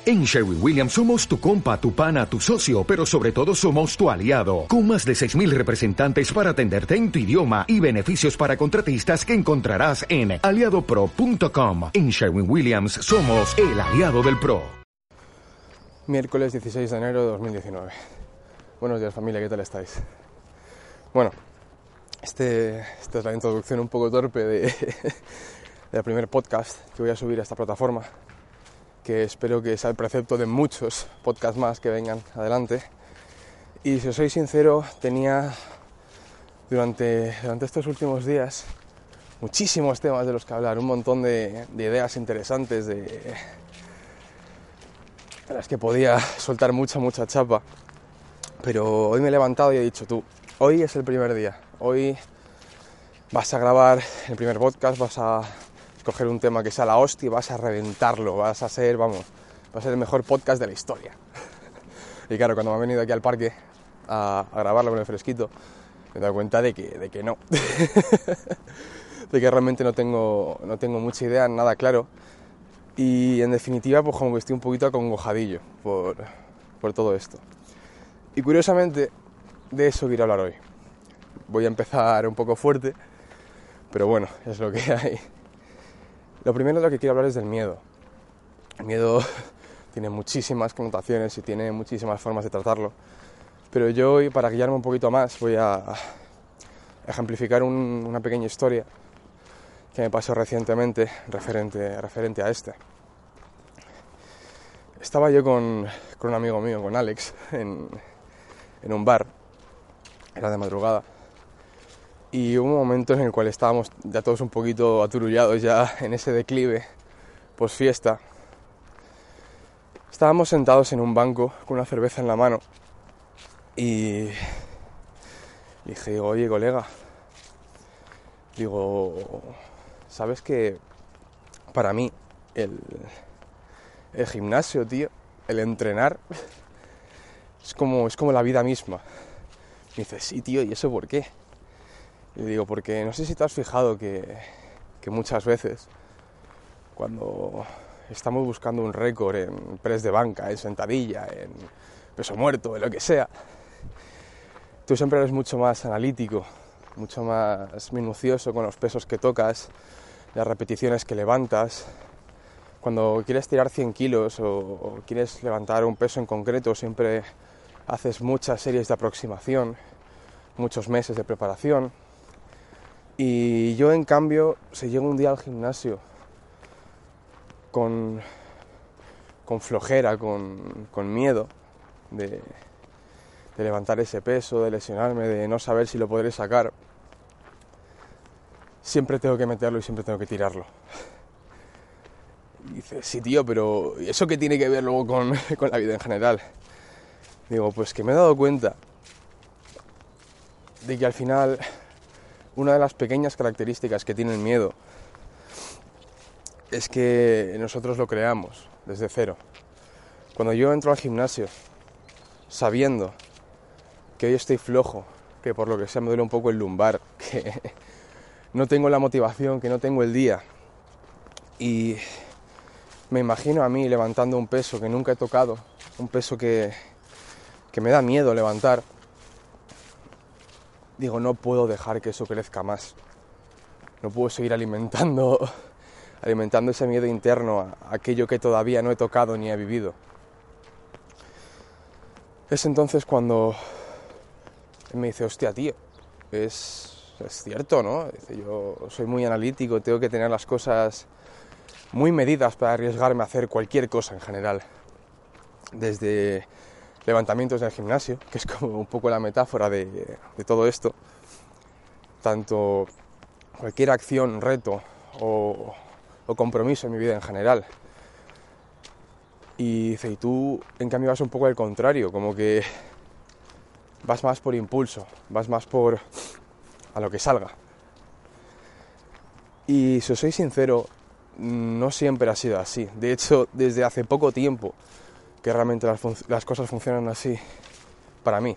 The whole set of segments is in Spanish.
En Sherwin-Williams somos tu compa, tu pana, tu socio, pero sobre todo somos tu aliado, con más de 6,000 representantes para atenderte en tu idioma y beneficios para contratistas que encontrarás en aliadopro.com. En Sherwin-Williams somos el aliado del pro. Miércoles 16 de enero de 2019. Buenos días, familia, ¿qué tal estáis? Bueno, esta es la introducción un poco torpe del primer podcast que voy a subir a esta plataforma, que espero que sea el precepto de muchos podcasts más que vengan adelante. Y si os soy sincero, tenía durante estos últimos días muchísimos temas de los que hablar, un montón de ideas interesantes de las que podía soltar mucha chapa, pero hoy me he levantado y he dicho, hoy es el primer día, hoy vas a grabar el primer podcast, vas a escoger un tema que sea la hostia y vas a reventarlo, va a ser el mejor podcast de la historia. Y claro, cuando me he venido aquí al parque a grabarlo con el fresquito, me he dado cuenta de que no, de que realmente no tengo mucha idea, nada claro, y en definitiva pues como que estoy un poquito acongojadillo por todo esto. Y curiosamente de eso quiero hablar hoy. Voy a empezar un poco fuerte, pero bueno, es lo que hay. Lo primero de lo que quiero hablar es del miedo. El miedo tiene muchísimas connotaciones y tiene muchísimas formas de tratarlo, pero yo hoy, para guiarme un poquito más, voy a ejemplificar una pequeña historia que me pasó recientemente referente a este. Estaba yo con un amigo mío, con Alex, en un bar, era de madrugada, y hubo un momento en el cual estábamos ya todos un poquito aturullados ya en ese declive post fiesta. Estábamos sentados en un banco con una cerveza en la mano y dije, oye colega, ¿sabes que para mí el gimnasio, tío, el entrenar es como la vida misma? Me dice, sí tío, ¿y eso por qué? Y digo, porque no sé si te has fijado que muchas veces cuando estamos buscando un récord en press de banca, en sentadilla, en peso muerto, en lo que sea, tú siempre eres mucho más analítico, mucho más minucioso con los pesos que tocas, las repeticiones que levantas. Cuando quieres tirar 100 kilos o quieres levantar un peso en concreto, siempre haces muchas series de aproximación, muchos meses de preparación. Y yo, en cambio, si llego un día al gimnasio con flojera, con miedo de levantar ese peso, de lesionarme, de no saber si lo podré sacar, siempre tengo que meterlo y siempre tengo que tirarlo. Y dice, sí tío, pero ¿y eso qué tiene que ver luego con la vida en general? Digo, pues que me he dado cuenta de que al final una de las pequeñas características que tiene el miedo es que nosotros lo creamos desde cero. Cuando yo entro al gimnasio sabiendo que hoy estoy flojo, que por lo que sea me duele un poco el lumbar, que no tengo la motivación, que no tengo el día, y me imagino a mí levantando un peso que nunca he tocado, un peso que me da miedo levantar, digo, no puedo dejar que eso crezca más. No puedo seguir alimentando ese miedo interno a aquello que todavía no he tocado ni he vivido. Es entonces cuando me dice, hostia tío, es cierto, ¿no? Dice, yo soy muy analítico, tengo que tener las cosas muy medidas para arriesgarme a hacer cualquier cosa en general. Desde levantamientos del gimnasio, que es como un poco la metáfora de todo esto, tanto cualquier acción, reto o compromiso en mi vida en general. Y dice, y tú en cambio vas un poco al contrario, como que vas más por impulso, vas más por a lo que salga. Y si os soy sincero, no siempre ha sido así. De hecho, desde hace poco tiempo que realmente las cosas funcionan así para mí.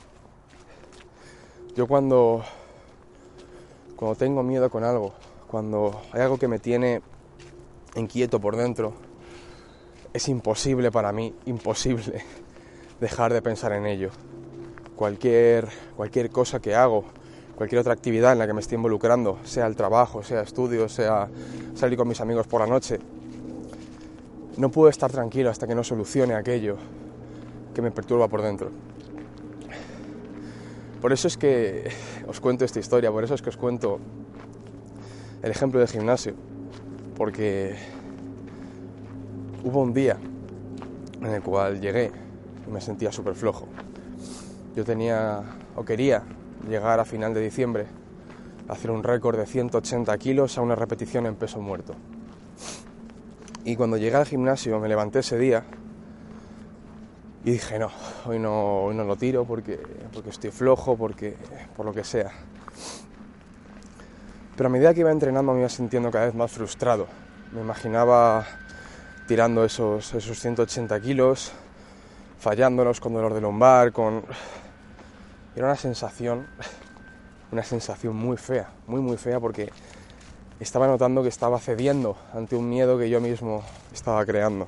Yo cuando tengo miedo con algo, cuando hay algo que me tiene inquieto por dentro, es imposible para mí, imposible dejar de pensar en ello. Cualquier cosa que hago, cualquier otra actividad en la que me esté involucrando, sea el trabajo, sea estudios, sea salir con mis amigos por la noche, no puedo estar tranquilo hasta que no solucione aquello que me perturba por dentro. Por eso es que os cuento esta historia, por eso es que os cuento el ejemplo del gimnasio, porque hubo un día en el cual llegué y me sentía súper flojo. Yo quería llegar a final de diciembre a hacer un récord de 180 kilos a una repetición en peso muerto. Y cuando llegué al gimnasio me levanté ese día y dije hoy no lo tiro porque estoy flojo, por lo que sea. Pero a medida que iba entrenando me iba sintiendo cada vez más frustrado. Me imaginaba tirando esos 180 kilos, fallándolos con dolor de lumbar, Era una sensación muy fea, muy fea, porque estaba notando que estaba cediendo ante un miedo que yo mismo estaba creando.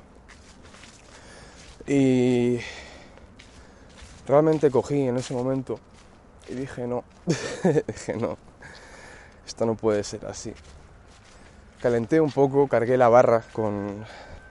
Y realmente cogí en ese momento y dije no, esto no puede ser así. Calenté un poco, cargué la barra con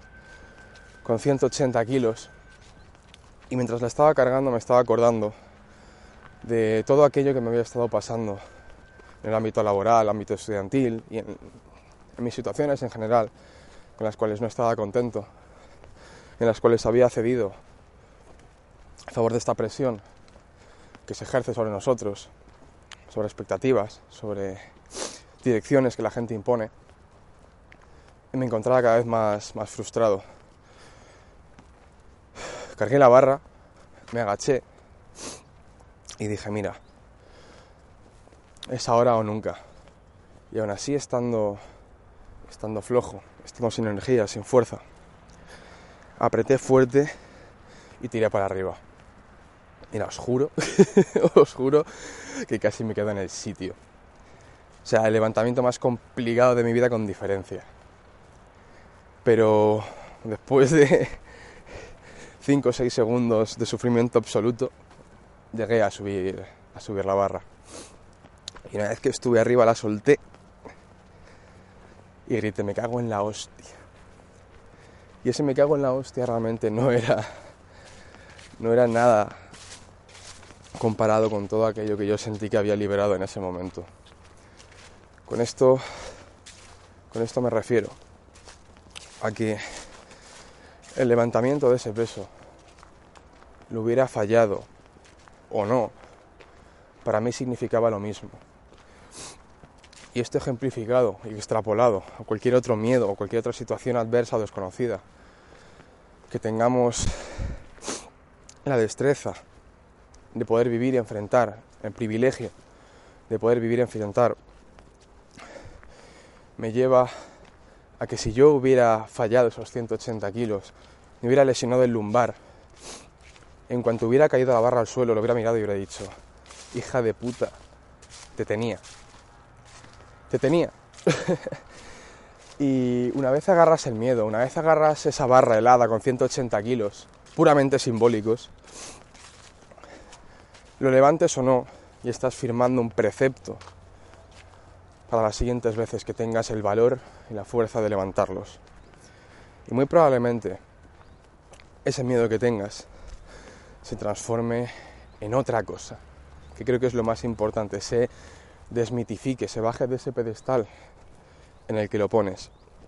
180 kilos y mientras la estaba cargando me estaba acordando de todo aquello que me había estado pasando en el ámbito laboral, el ámbito estudiantil y en mis situaciones en general, con las cuales no estaba contento, en las cuales había cedido a favor de esta presión que se ejerce sobre nosotros, sobre expectativas, sobre direcciones que la gente impone, y me encontraba cada vez más frustrado. Cargué la barra, me agaché y dije, mira, es ahora o nunca. Y aún así, estando flojo, estando sin energía, sin fuerza, apreté fuerte y tiré para arriba. Mira, os juro que casi me quedo en el sitio. O sea, el levantamiento más complicado de mi vida con diferencia. Pero después de 5 o 6 segundos de sufrimiento absoluto, llegué a subir la barra. Y una vez que estuve arriba la solté y grité, me cago en la hostia. Y ese me cago en la hostia realmente no era nada comparado con todo aquello que yo sentí que había liberado en ese momento. Con esto me refiero a que el levantamiento de ese peso lo hubiera fallado o no, para mí significaba lo mismo. Y esto ejemplificado y extrapolado a cualquier otro miedo o cualquier otra situación adversa o desconocida que tengamos la destreza de poder vivir y enfrentar, el privilegio de poder vivir y enfrentar, me lleva a que si yo hubiera fallado esos 180 kilos, me hubiera lesionado el lumbar, en cuanto hubiera caído la barra al suelo, lo hubiera mirado y hubiera dicho, hija de puta, te tenía. Y una vez agarras el miedo, una vez agarras esa barra helada con 180 kilos, puramente simbólicos, lo levantes o no, y estás firmando un precepto para las siguientes veces que tengas el valor y la fuerza de levantarlos. Y muy probablemente ese miedo que tengas se transforme en otra cosa, que creo que es lo más importante, se desmitifique, se baje de ese pedestal en el que lo pones.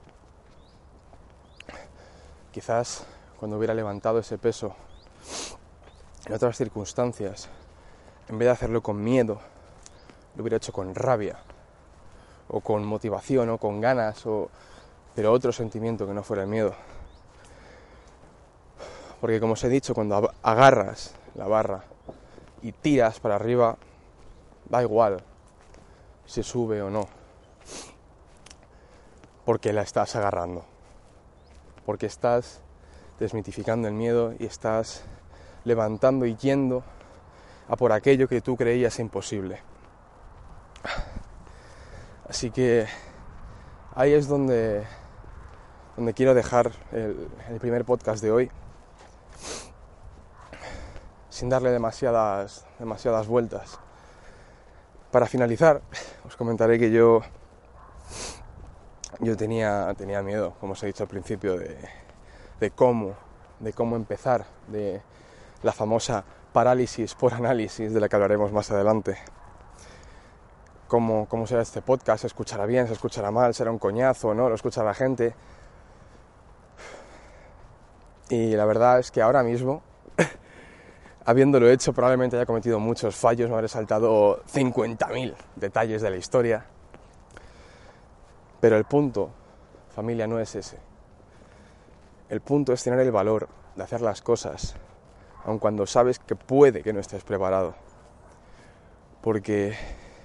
Quizás cuando hubiera levantado ese peso en otras circunstancias, en vez de hacerlo con miedo, lo hubiera hecho con rabia, o con motivación, o con ganas, pero otro sentimiento que no fuera el miedo. Porque como os he dicho, cuando agarras la barra y tiras para arriba, da igual si sube o no, porque la estás agarrando, porque estás desmitificando el miedo y estás levantando y yendo a por aquello que tú creías imposible. Así que ahí es donde donde quiero dejar el primer podcast de hoy, sin darle demasiadas vueltas. Para finalizar, os comentaré que yo tenía miedo, como os he dicho al principio, de cómo empezar, de la famosa parálisis por análisis, de la que hablaremos más adelante. Cómo será este podcast, se escuchará bien, se escuchará mal, será un coñazo, ¿no? Lo escuchará la gente. Y la verdad es que ahora mismo, habiéndolo hecho, probablemente haya cometido muchos fallos, me habré saltado 50.000 detalles de la historia. Pero el punto, familia, no es ese. El punto es tener el valor de hacer las cosas, aun cuando sabes que puede que no estés preparado. Porque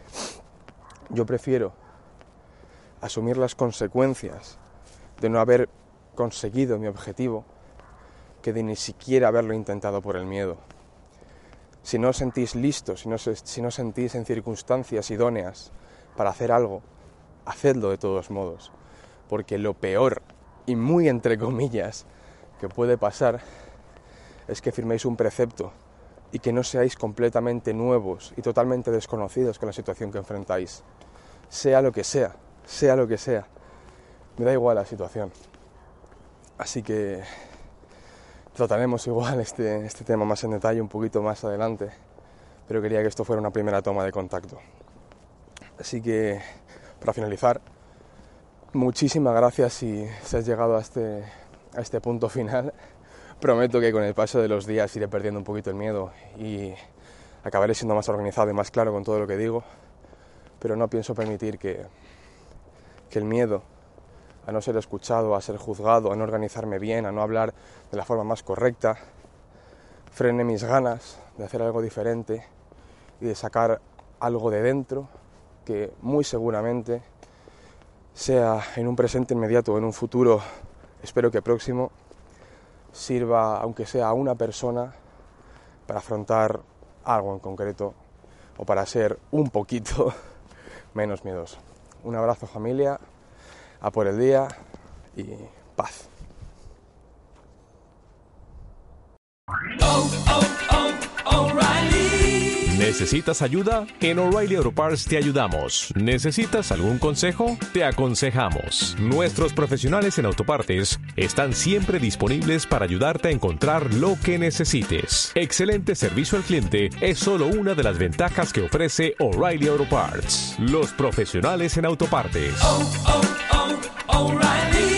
yo prefiero asumir las consecuencias de no haber conseguido mi objetivo que de ni siquiera haberlo intentado por el miedo. Si no os sentís listos, si no sentís en circunstancias idóneas para hacer algo, hacedlo de todos modos, porque lo peor, y muy entre comillas, que puede pasar es que firméis un precepto y que no seáis completamente nuevos y totalmente desconocidos con la situación que enfrentáis. Sea lo que sea, me da igual la situación. Así que trataremos igual este tema más en detalle un poquito más adelante, pero quería que esto fuera una primera toma de contacto. Así que, para finalizar, muchísimas gracias si has llegado a este punto final. Prometo que con el paso de los días iré perdiendo un poquito el miedo y acabaré siendo más organizado y más claro con todo lo que digo, pero no pienso permitir que el miedo a no ser escuchado, a ser juzgado, a no organizarme bien, a no hablar de la forma más correcta, frene mis ganas de hacer algo diferente y de sacar algo de dentro que muy seguramente, sea en un presente inmediato o en un futuro, espero que próximo, sirva, aunque sea a una persona, para afrontar algo en concreto o para ser un poquito menos miedoso. Un abrazo, familia, a por el día y paz. ¿Necesitas ayuda? En O'Reilly Auto Parts te ayudamos. ¿Necesitas algún consejo? Te aconsejamos. Nuestros profesionales en autopartes están siempre disponibles para ayudarte a encontrar lo que necesites. Excelente servicio al cliente es solo una de las ventajas que ofrece O'Reilly Auto Parts. Los profesionales en autopartes. O'Reilly.